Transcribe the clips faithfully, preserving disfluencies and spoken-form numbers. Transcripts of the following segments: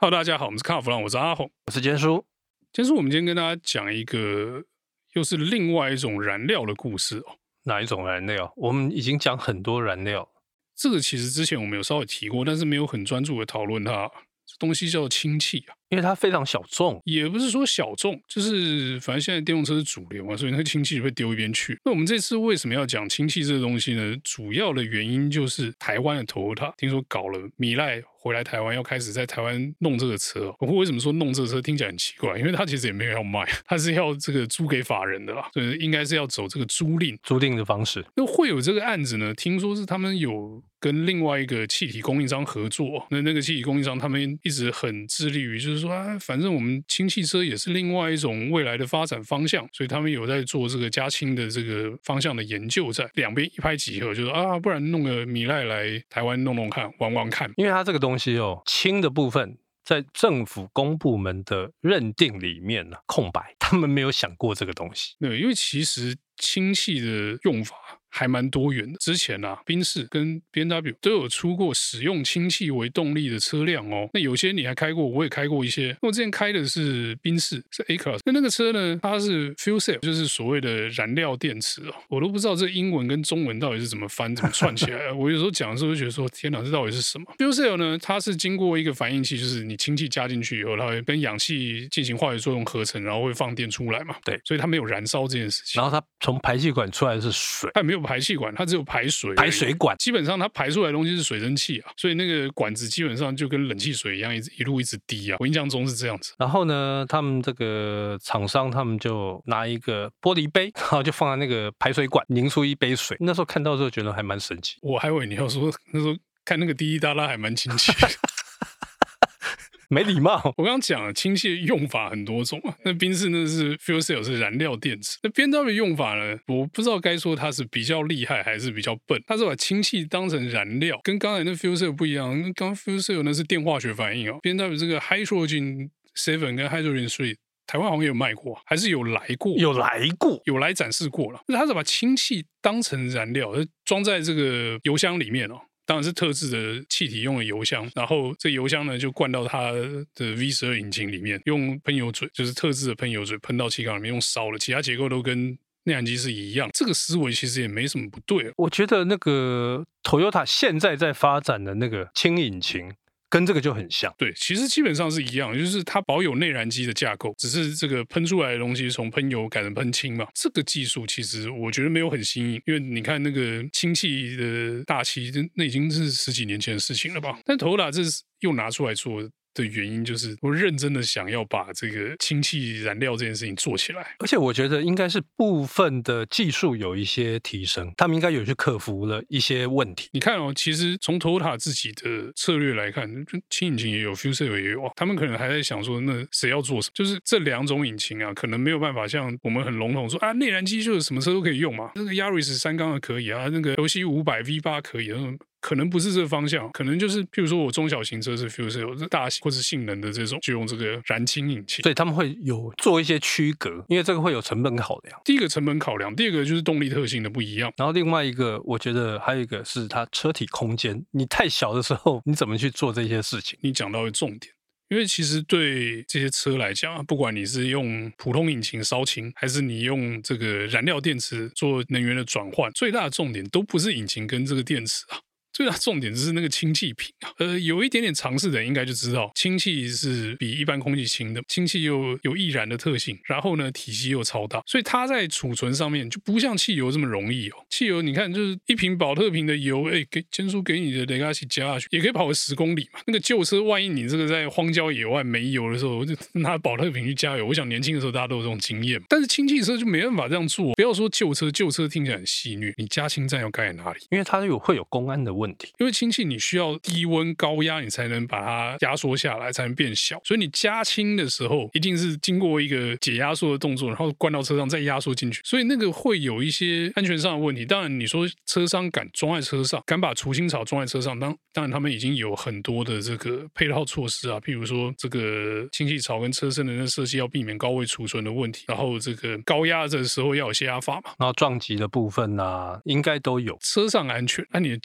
Hello， 大家好，我们是卡弗朗，我是阿红， 我是坚叔。 坚叔，我们今天跟大家讲一个又是另外一种燃料的故事哦。 哪一种燃料？我们已经讲很多燃料， 这个其实之前我们有稍微提过，但是没有很专注的讨论它。这东西叫做氢气啊， 因为它非常小众， 也不是说小众，就是反正现在电动车是主流嘛，所以那个氢气会丢一边去。那我们这次为什么要讲氢气这个东西呢？主要的原因就是台湾的 Toyota 听说搞了米赖回来台湾，要开始在台湾弄这个车。我为什么说弄这个车听起来很奇怪？因为它其实也没有要卖，它是要这个租给法人的啦，所以应该是要走这个租赁租赁的方式。 那会有这个案子呢？听说是他们有跟另外一个气体供应商合作，那那个气体供应商他们一直很致力于，就是说啊，反正我们氢气车也是另外一种未来的发展方向，所以他们有在做这个加氢的这个方向的研究在，在两边一拍即合，就说啊，不然弄个米赖来台湾弄弄看，玩玩看。 因为它这个东西哦，氢的部分在政府公部门的认定里面呢、啊、空白，他们没有想过这个东西。 对，因为其实氢气的用法还蛮多元的。之前啊，宾士跟 B M W 都有出过使用氢气为动力的车辆哦。那有些你还开过，我也开过一些。我之前开的是宾士，是 A Class。那那个车呢，它是 fuel cell， 就是所谓的燃料电池哦。我都不知道这英文跟中文到底是怎么翻、怎么串起来的。我有时候讲的时候就觉得说，天哪，这到底是什么 ？fuel cell 呢，它是经过一个反应器，就是你氢气加进去以后，它会跟氧气进行化学作用合成，然后会放电出来嘛。 对， 所以它没有燃烧这件事情。 然后它从排气管出来的是水， 它没有排气管，它只有排水， 排水管。 基本上它排出来的东西是水蒸气啊，所以那个管子基本上就跟冷气水一样，一直一路一直滴啊。我印象中是这样子。 然后呢，他们这个厂商他们就拿一个玻璃杯，然后就放在那个排水管，凝出一杯水。那时候看到的时候觉得还蛮神奇。 我还以为你要说那时候看那个滴滴答答还蛮亲切的。 没礼貌。 我刚刚讲了，氢气的用法很多种啊。那宾士那是 fuel cell 是燃料电池，那 B M W 用法呢？我不知道该说它是比较厉害还是比较笨。它是把氢气当成燃料，跟刚才那 fuel cell 不一样。刚刚 fuel cell 那是电化学反应哦。B M W 这个 hydrogen seven 跟 hydrogen three。台湾好像也有卖过，还是有来过， 有来过， 有来展示过了。它是把氢气当成燃料，装在这个油箱里面哦。当然是特制的气体用的油箱，然后这油箱呢就灌到它的 V 十二 引擎里面，用喷油嘴，就是特制的喷油嘴喷到气缸里面，用烧了，其他结构都跟内燃机是一样。这个思维其实也没什么不对。 我觉得那个 Toyota 现在在发展的那个氢引擎跟这个就很像。 对，其实基本上是一样，就是它保有内燃机的架构，只是这个喷出来的东西从喷油改成喷氢嘛。这个技术其实我觉得没有很新颖，因为你看那个氢气的大气，那已经是十几年前的事情了吧。但 Toyota 这是又拿出来做的原因，就是我认真的想要把这个氢气燃料这件事情做起来。 而且我觉得应该是部分的技术有一些提升，他们应该有去克服了一些问题。 你看哦，其实从 Toyota 自己的策略来看，氢引擎也有 fuel cell 也有，他们可能还在想说，那谁要做什么？就是这两种引擎啊，可能没有办法像我们很笼统说啊，内燃机就是什么车都可以用嘛，那个 Yaris 三缸的可以啊，那个 L C 五百 V 八 可以啊。可能不是这个方向，可能就是譬如说我中小型车是 fuel cell， 大型或是性能的这种就用这个燃氢引擎， 所以他们会有做一些区隔，因为这个会有成本考量。 第一个成本考量，第二个就是动力特性的不一样， 然后另外一个我觉得还有一个是它车体空间，你太小的时候你怎么去做这些事情？ 你讲到的重点。因为其实对这些车来讲，不管你是用普通引擎烧氢，还是你用这个燃料电池做能源的转换，最大的重点都不是引擎跟这个电池啊。最大重点就是那个氢气瓶啊，呃，有一点点常识的人应该就知道，氢气是比一般空气轻的，氢气又有易燃的特性，然后呢体积又超大，所以它在储存上面就不像汽油这么容易哦。汽油你看就是一瓶保特瓶的油，哎，给坚叔给你的雷达西加下去，也可以跑个十公里嘛。那个旧车万一你这个在荒郊野外没油的时候，我就拿保特瓶去加油。我想年轻的时候大家都有这种经验，但是氢气车就没办法这样做。不要说旧车，旧车听起来很戏谑，你加氢站要盖在哪里？ 因为它有会有公安的问题。问题， 因为氢气你需要低温高压，你才能把它压缩下来，才能变小。所以你加氢的时候，一定是经过一个解压缩的动作，然后灌到车上再压缩进去。所以那个会有一些安全上的问题。当然，你说车商敢装在车上，敢把除氢槽装在车上，当当然他们已经有很多的这个配套措施啊，譬如说这个氢气槽跟车身的那设计要避免高位储存的问题，然后这个高压的时候要有泄压阀嘛， 然后撞击的部分啊，应该都有。 车上安全，那、啊、你的加氢站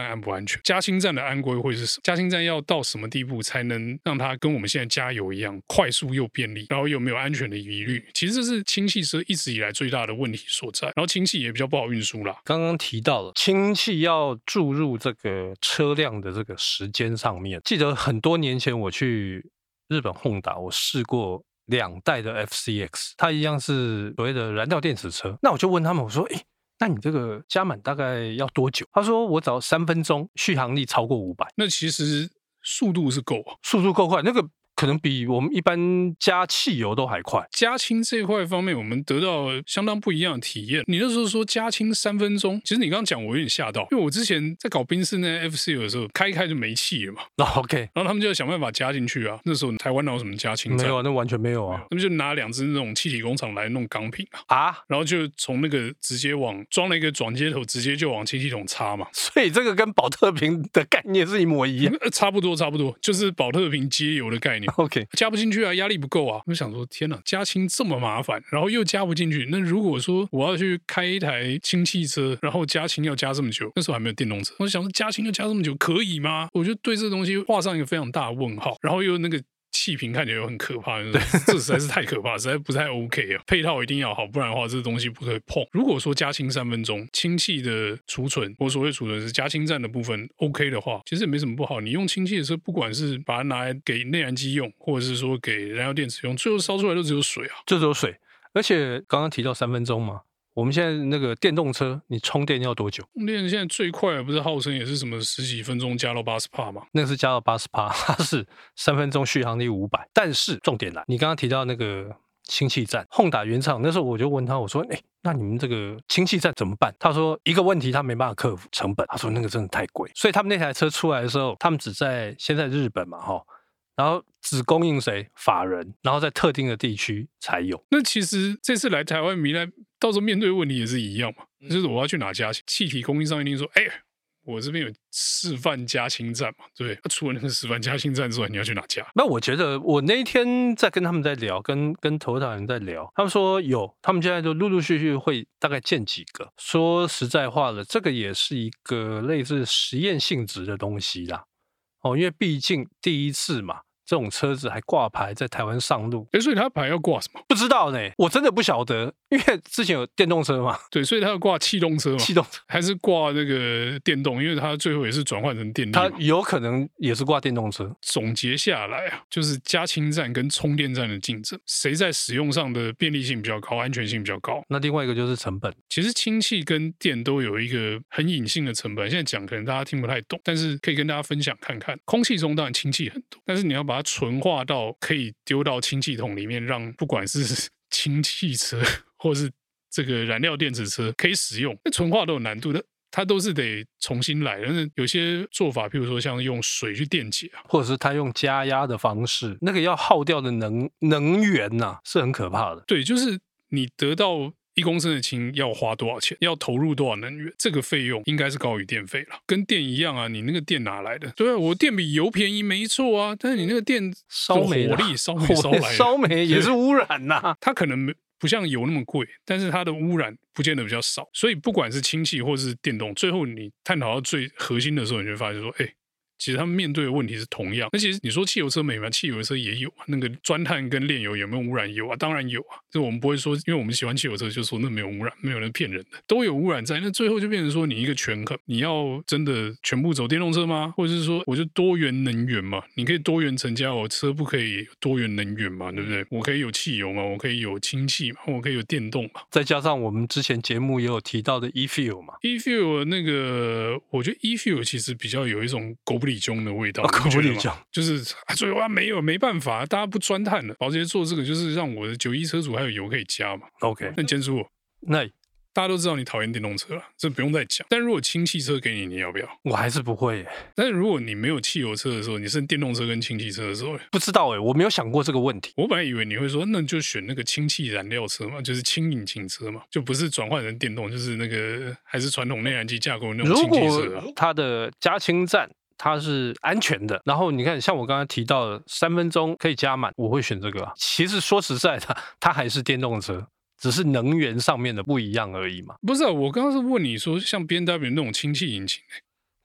站安不安全？加氢站的安规会是什么？加氢站要到什么地步才能让它跟我们现在加油一样快速又便利，然后又没有安全的疑虑？其实这是氢气车一直以来最大的问题所在。然后氢气也比较不好运输啦。 刚刚提到了氢气要注入这个车辆的这个时间上面，记得很多年前我去日本Honda，我试过两代的 F C X， 它一样是所谓的燃料电池车。那我就问他们，我说：“诶，那你这个加满大概要多久？”他说：“我只要三分钟，续航力超过五百。” 那其实速度是够啊， 速度够快，那个可能比我们一般加汽油都还快。 加氢这一块方面，我们得到相当不一样的体验。你那时候说加氢三分钟，其实你刚刚讲我有点吓到，因为我之前在搞宾士那 F C 的时候，开一开就没气了嘛。 哦 OK， 然后他们就要想办法加进去啊。那时候台湾哪有什么加氢站？ 没有啊，那完全没有啊。 他们就拿两只那种气体工厂来弄钢瓶啊， 啊， 然后就从那个直接往装了一个转接头，直接就往氢气筒插嘛。 所以这个跟保特瓶的概念是一模一样。 呃差不多，差不多，就是保特瓶接油的概念。 OK， 加不进去啊，压力不够啊。我就想说，天哪，加氢这么麻烦，然后又加不进去。那如果说我要去开一台氢气车，然后加氢要加这么久，那时候还没有电动车，我就想说加氢要加这么久，可以吗？我就对这个东西画上一个非常大的问号。然后又那个气瓶看起来又很可怕，这实在是太可怕，实在不太 OK 啊！配套一定要好，不然的话这个东西不可以碰。如果说加氢三分钟，氢气的储存，我所谓储存是加氢站的部分 OK 的话，其实也没什么不好。你用氢气的车，不管是把它拿来给内燃机用，或者是说给燃料电池用，最后烧出来都只有水啊， 就只有水。而且刚刚提到三分钟嘛。我们现在那个电动车，你充电要多久？ 充电现在最快不是号称也是什么十几分钟加到 百分之八十 吗？ 那个是加到 百分之八十， 它是三分钟续航力五百。但是重点来，你刚刚提到那个氢气站，Honda原厂那时候我就问他，我说：“哎，那你们这个氢气站怎么办？”他说一个问题他没办法克服，成本。他说那个真的太贵，所以他们那台车出来的时候，他们只在先在日本嘛，哈。然后只供应谁？法人，然后在特定的地区才有。 那其实这次来台湾米兰，到时候面对的问题也是一样嘛，就是我要去哪加氢？气体供应商一定说，哎，我这边有示范加氢站嘛，对不对？除了那个示范加氢站之外，你要去哪加？ 那我觉得我那一天在跟他们在聊，跟跟Toyota人在聊，他们说有，他们现在就陆陆续续会大概建几个。说实在话了，这个也是一个类似实验性质的东西啦。哦，因为毕竟第一次嘛，这种车子还挂牌在台湾上路， 哎，所以它牌要挂什么？ 不知道呢，我真的不晓得，因为之前有电动车嘛， 对，所以它要挂气动车嘛， 气动车还是挂那个电动？因为它最后也是转换成电力嘛， 它有可能也是挂电动车。 总结下来啊，就是加氢站跟充电站的竞争，谁在使用上的便利性比较高，安全性比较高？ 那另外一个就是成本。 其实氢气跟电都有一个很隐性的成本，现在讲可能大家听不太懂，但是可以跟大家分享看看。空气中当然氢气很多，但是你要把它纯化到可以丢到氢气筒里面，让不管是氢气车或是这个燃料电池车可以使用，那纯化都有难度的。它都是得重新来，但是有些做法，譬如说像用水去电解啊， 或者是它用加压的方式，那个要耗掉的能能源呐、啊，是很可怕的。 对，就是你得到一公升的氢要花多少钱，要投入多少能源，这个费用应该是高于电费了。跟电一样啊，你那个电哪来的？对啊，我电比油便宜没错啊，但是你那个电烧煤火力烧煤烧来的， 烧煤也是污染呐、啊。 它可能不像油那么贵，但是它的污染不见得比较少。所以不管是氢气或是电动，最后你探讨到最核心的时候，你就会发现说，哎。其实他们面对的问题是同样。那其实你说汽油车没吗？汽油车也有啊。那个钻碳跟炼油有没有污染？有啊，当然有啊。这我们不会说，因为我们喜欢汽油车，就说那没有污染，没有人骗人的，都有污染在。那最后就变成说，你一个权衡，你要真的全部走电动车吗？或者是说，我就多元能源嘛？你可以多元成家，我车不可以多元能源嘛？对不对？我可以有汽油嘛？我可以有氢气嘛？我可以有电动嘛？ 再加上我们之前节目也有提到的 e-fuel 嘛 ，e-fuel 那个，我觉得 e-fuel 其实比较有一种狗不理中的味道。 狗不理中就是最后啊，没有没办法，大家不钻碳了。保时捷做这个就是让我的九一车主还有油可以加嘛。 OK， 那坚叔， 那大家都知道你讨厌电动车了，这不用再讲。但如果氢气车给你，你要不要？ 我还是不会耶。 但是如果你没有汽油车的时候，你是电动车跟氢气车的时候， 不知道哎，我没有想过这个问题。 我本来以为你会说，那你就选那个氢气燃料车嘛，就是氢引擎车嘛，就不是转换成电动，就是那个还是传统内燃机架构的那种氢气车、啊。 如果它的加氢站它是安全的，然后你看，像我刚才提到的，三分钟可以加满，我会选这个、啊。其实说实在的，它还是电动车，只是能源上面的不一样而已嘛。 不是啊，我刚刚是问你说，像 B M W 那种氢气引擎、欸，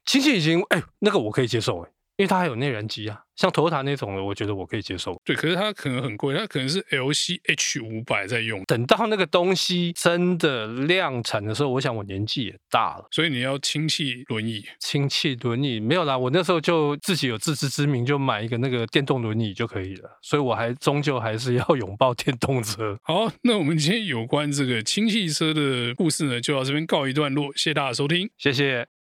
氢气引擎，哎，那个我可以接受，哎，因为它还有内燃机啊。像 Toyota 那种的，我觉得我可以接受。 对，可是它可能很贵，它可能是 L C H 五百在用。 等到那个东西真的量产的时候，我想我年纪也大了， 所以你要氢气轮椅。 氢气轮椅没有啦，我那时候就自己有自知之明，就买一个那个电动轮椅就可以了。所以我还终究还是要拥抱电动车。 好，那我们今天有关这个氢气车的故事呢，就到这边告一段落，谢谢大家收听， 谢谢。